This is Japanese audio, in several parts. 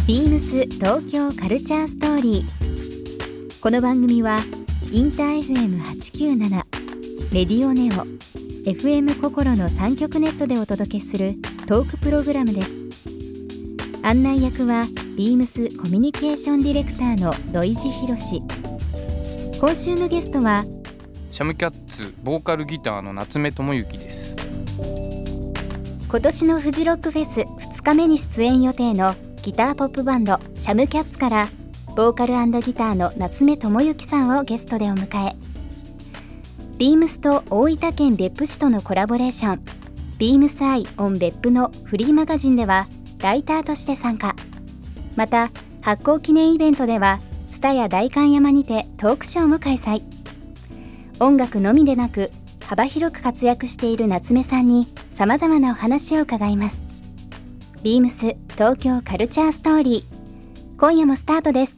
ビームス東京カルチャーストーリー。この番組はインター FM897 レディオネオ FM 心の3極ネットでお届けするトークプログラムです。案内役はビームスコミュニケーションディレクターの土井博志。今週のゲストはシャムキャッツボーカルギターの夏目智之です。 今年のフジロックフェス2日目に出演予定のギターポップバンドシャムキャッツからボーカル&ギターの夏目智之さんをゲストでお迎え、ビームスと大分県別府市とのコラボレーションビームスアイオン別府のフリーマガジンではライターとして参加。また発行記念イベントでは蔦屋代官山にてトークショーも開催。音楽のみでなく幅広く活躍している夏目さんにさまざまなお話を伺います。ビームス東京カルチャーストーリー、今夜もスタートです。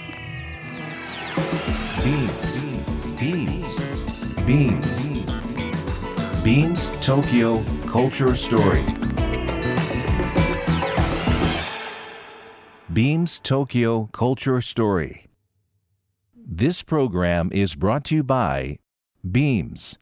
Beams Tokyo Culture Story. Beams Tokyo Culture Story. This program is brought to you by Beams.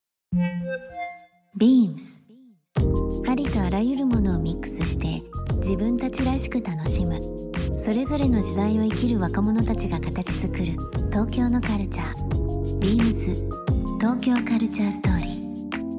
Beams ありとあらゆるものをミックスして自分たちらしく楽しむ、それぞれの時代を生きる若者たちが形作る東京のカルチャー。 Beams 東京カルチャーストーリー。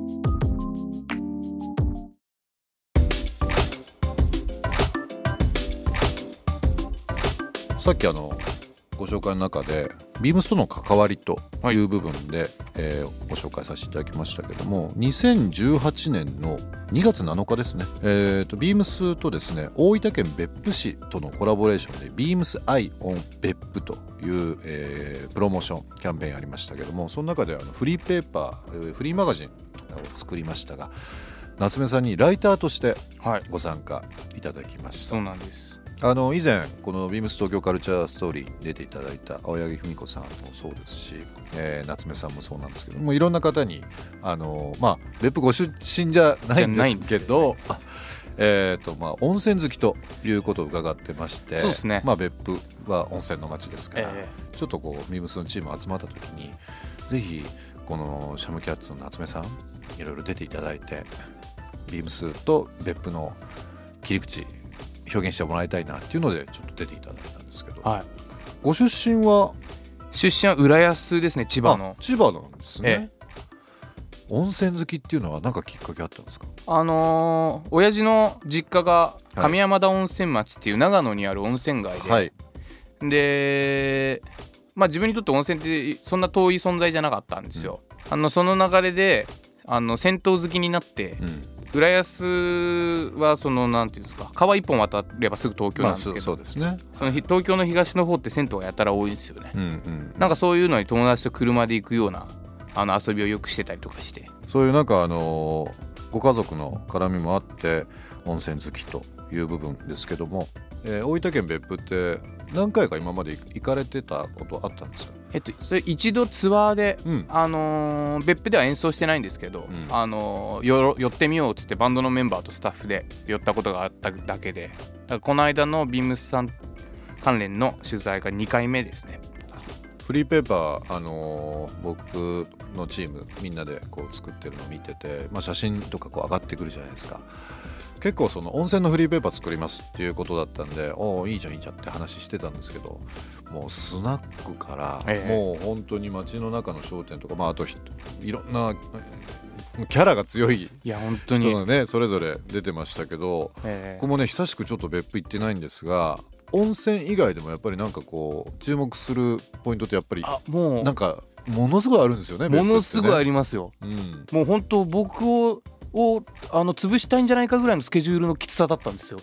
さっきご紹介の中でビームスとの関わりという部分で、ご紹介させていただきましたけども、2018年の2月7日ですね、ビームスとですね大分県別府市とのコラボレーションでビームスアイオン別府という、プロモーションキャンペーンありましたけども、その中でフリーペーパー、フリーマガジンを作りましたが、夏目さんにライターとしてご参加いただきました。 そうなんです。 以前このビームス東京カルチャーストーリーに出ていただいた青柳文子さんもそうですし、夏目さんもそうなんですけども、いろんな方に別府ご出身じゃないんですけど、温泉好きということを伺ってまして、 そうですね、 別府は温泉の街ですから、ちょっとビームスのチーム集まった時にぜひこのシャムキャッツの夏目さんいろいろ出ていただいて、ビームスと別府の切り口表現してもらいたいなっていうのでちょっと出ていただいたんですけど、ご出身は浦安ですね。千葉の。 千葉なんですね。温泉好きっていうのは何かきっかけあったんですか？ 親父の実家が上山田温泉町っていう長野にある温泉街で、で、自分にとって温泉ってそんな遠い存在じゃなかったんですよ。その流れで銭湯好きになって、浦安はなんていうんですか、川一本渡ればすぐ東京なんですけど、 そうですね、 その東京の東の方って銭湯がやたら多いんですよね。なんかそういうのに友達と車で行くような遊びをよくしてたりとかして、 そういうなんかご家族の絡みもあって温泉好きという部分ですけども、大分県別府って何回か今まで行かれてたことあったんですか？ それ一度ツアーで、別府では演奏してないんですけど、寄ってみようっつってバンドのメンバーとスタッフで寄ったことがあっただけで、だからこの間のビームスさん関連の取材が2回目ですね。 フリーペーパー、僕のチームみんなで作ってるのを見てて、写真とか上がってくるじゃないですか。結構温泉のフリーペーパー作りますっていうことだったんで、いいじゃんって話してたんですけど、もうスナックから、もう本当に街の中の商店とか、あといろんなキャラが強い人がねそれぞれ出てましたけど、ここもね久しくちょっと別府行ってないんですが、温泉以外でもやっぱりなんか注目するポイントってやっぱりなんかものすごいあるんですよね。 ものすごいありますよ。もう本当僕を潰したいんじゃないかぐらいのスケジュールのきつさだったんですよ。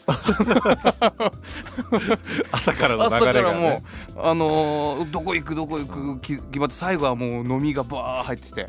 朝からの流れがね、 朝からもうどこ行く決まって、最後はもう飲みがバー入ってて、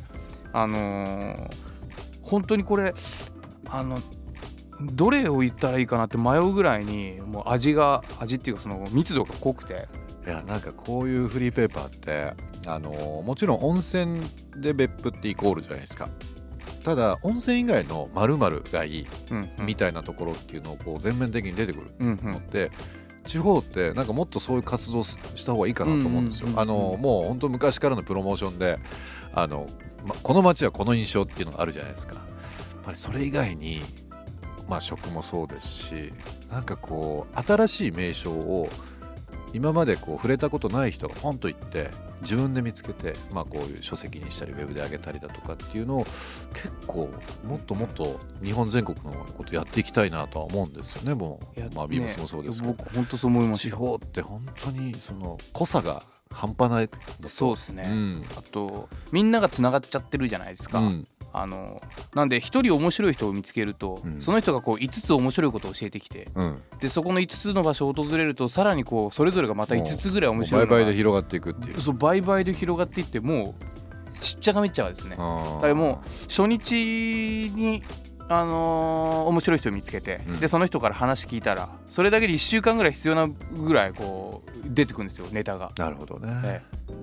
本当にこれどれを言ったらいいかなって迷うぐらいに、もう味っていうか密度が濃くて、 いやなんかこういうフリーペーパーってもちろん温泉で別府ってイコールじゃないですか。ただ温泉以外の〇〇がいいみたいなところっていうのを全面的に出てくるのって、 地方ってなんかもっとそういう活動した方がいいかなと思うんですよ。もう本当昔からのプロモーションでこの街はこの印象っていうのがあるじゃないですか。やっぱりそれ以外に食もそうですし、なんかこう新しい名称を今までこう触れたことない人がポンと行って自分で見つけて、こういう書籍にしたりウェブで上げたりだとかっていうのを結構もっともっと日本全国のことやっていきたいなとは思うんですよね。もうビームスもそうですけど、 僕本当そう思います。 地方って本当にその濃さが半端ない。 そうですね、あとみんながつながっちゃってるじゃないですか、なんで一人面白い人を見つけると、その人がこう5つ面白いことを教えてきて、でそこの5つの場所を訪れるとさらにこうそれぞれがまた5つぐらい面白いのが倍々で広がっていくっていう。 そう倍々で広がっていって、もうしっちゃかめっちゃかですね。だからもう初日に面白い人を見つけて、でその人から話聞いたらそれだけで1週間ぐらい必要なぐらいこう出てくるんですよ、ネタが。 なるほどね、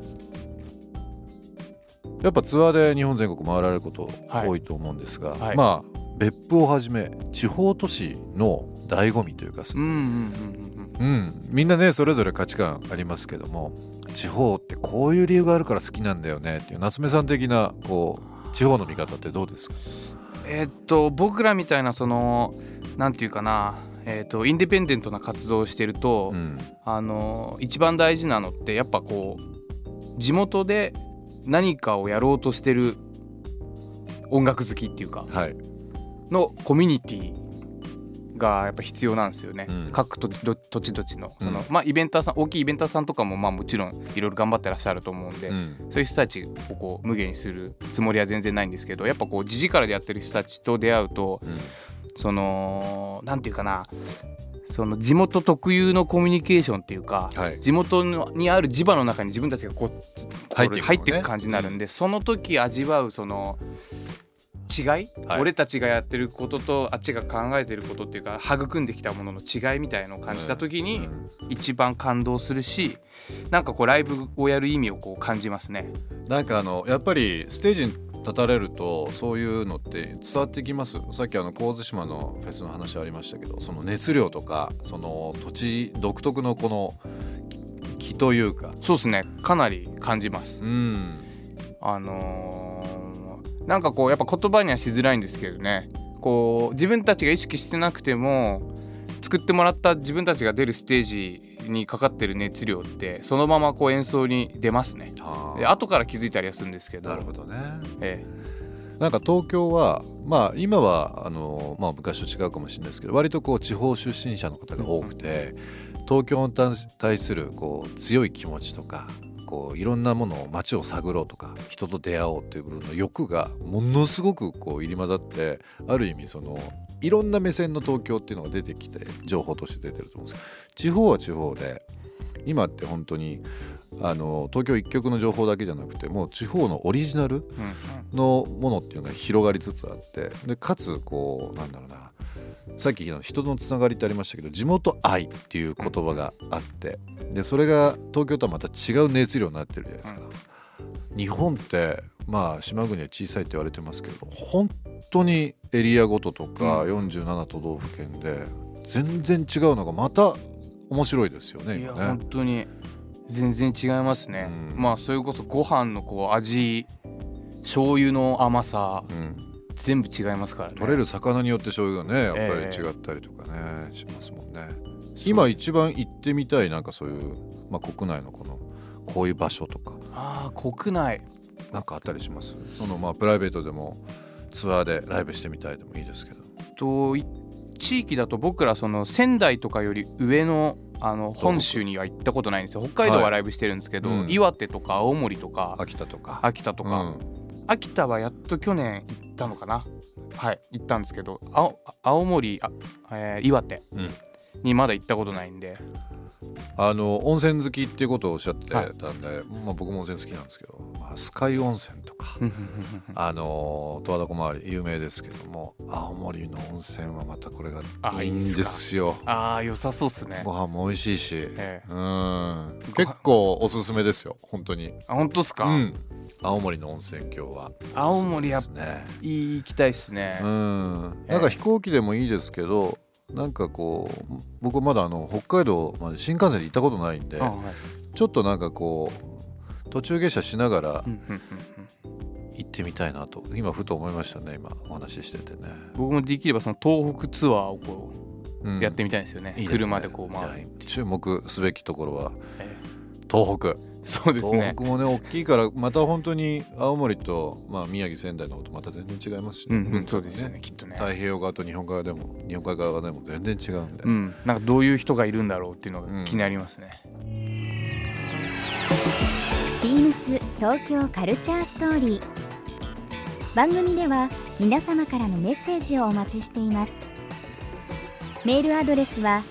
やっぱツアーで日本全国回られること多いと思うんですが、別府をはじめ地方都市の醍醐味というか、みんなねそれぞれ価値観ありますけども、地方ってこういう理由があるから好きなんだよねっていう夏目さん的なこう地方の見方ってどうですか？ 僕らみたいなそのなんていうかな、インディペンデントな活動をしてると、一番大事なのってやっぱこう地元で何かをやろうとしてる音楽好きっていうか、のコミュニティがやっぱ必要なんですよね、各土地土地のその、イベンターさん、大きいイベンターさんとかももちろんいろいろ頑張ってらっしゃると思うんで、そういう人たちをこう無限にするつもりは全然ないんですけど、やっぱこう地力でやってる人たちと出会うと、そのなんていうかな、その地元特有のコミュニケーションっていうか、地元にある磁場の中に自分たちがこう入っていく感じになるんで、その時味わうその違い、俺たちがやってることとあっちが考えてることっていうか育んできたものの違いみたいのを感じた時に一番感動するし、なんかこうライブをやる意味をこう感じますね。 なんかやっぱりステージに立たれるとそういうのって伝わってきます。さっき神津島のフェスの話ありましたけど、その熱量とかその土地独特のこの気というか、 そうですね、かなり感じます。なんかこうやっぱ言葉にはしづらいんですけどね、こう自分たちが意識してなくても作ってもらった自分たちが出るステージにかかってる熱量ってそのままこう演奏に出ますね。で後から気づいたりはするんですけど。 なるほどね、なんか東京は今は昔と違うかもしれないですけど、割とこう地方出身者の方が多くて、東京に対するこう強い気持ちとか、こういろんなものを街を探ろうとか人と出会おうという部分の欲がものすごくこう入り混ざって、ある意味そのいろんな目線の東京っていうのが出てきて情報として出てると思うんですけど、地方は地方で今って本当に東京一極の情報だけじゃなくて、もう地方のオリジナルのものっていうのが広がりつつあって、でかつこうなんだろうな、さっき人のつながりってありましたけど、地元愛っていう言葉があって、でそれが東京とはまた違う熱量になってるじゃないですか。日本って島国は小さいって言われてますけど、本当にエリアごととか47都道府県で全然違うのがまた面白いですよね。 いや本当に全然違いますね、それこそご飯のこう味、醤油の甘さ、全部違いますからね。 取れる魚によって醤油がねやっぱり違ったりとかね、しますもんね。今一番行ってみたいなんかそういう、国内のこういう場所とか国内なんかあったりします？そのプライベートでもツアーでライブしてみたいでもいいですけど。 地域だと僕らその仙台とかより上の本州には行ったことないんですよ。北海道はライブしてるんですけど、岩手とか青森とか秋田とか、 秋田はやっと去年行ったのかな、行ったんですけど、青森、岩手にまだ行ったことないんで。 温泉好きっていうことをおっしゃってたんで、僕も温泉好きなんですけど、スカイ温泉とか十和田湖周り有名ですけども、青森の温泉はまたこれがいいんですよ。 良さそうっすね。 ご飯も美味しいし、結構おすすめですよ本当に。 本当っすか？ 青森の温泉今日は青森やっぱ行きたいっすね。 なんか飛行機でもいいですけど、 なんかこう僕はまだ北海道まで新幹線で行ったことないんで、ちょっとなんかこう途中下車しながら行ってみたいなと今ふと思いましたね。今お話ししててね。僕もできればその東北ツアーをこうやってみたいですよね。いいですね。車でこう回る。 注目すべきところは東北。 そうですね。 東北もね大きいからまた本当に青森と、宮城仙台のことまた全然違いますし、ねそうですよねきっとね。 太平洋側と日本海側でも全然違うんで、 なんかどういう人がいるんだろうっていうのが気になりますね。 ビームス東京カルチャーストーリー。番組では皆様からのメッセージをお待ちしています。メールアドレスは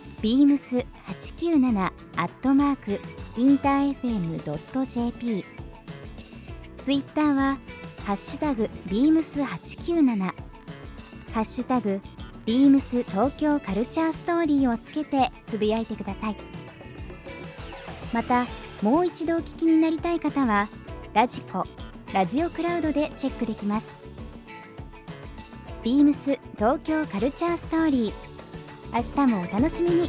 beams897@interfm.jp。 ツイッターはハッシュタグ beams897、 ハッシュタグ beams 東京カルチャーストーリーをつけてつぶやいてください。またもう一度お聞きになりたい方はラジコ、ラジオクラウドでチェックできます。beams 東京カルチャーストーリー、明日もお楽しみに。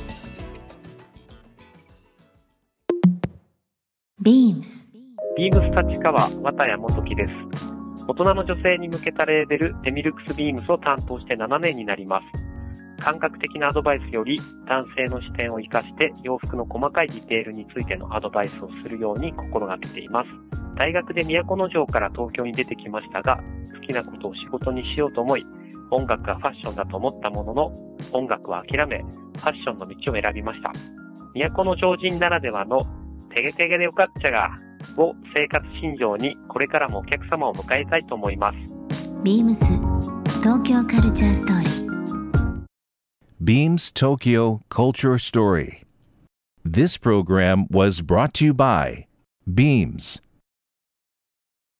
beams 立川綿谷元樹です。大人の女性に向けたレーベルデミルクスビームスを担当して7年になります。感覚的なアドバイスより男性の視点を生かして洋服の細かいディテールについてのアドバイスをするように心がけています。大学で都城から東京に出てきましたが、好きなことを仕事にしようと思い、音楽がファッションだと思ったものの、音楽は諦め、ファッションの道を選びました。都城人ならではのテゲテゲでよかっちゃがを生活信条にこれからもお客様を迎えたいと思います。 ビームス東京カルチャーストーリー。 Beams Tokyo Culture Story. This program was brought to you by Beams.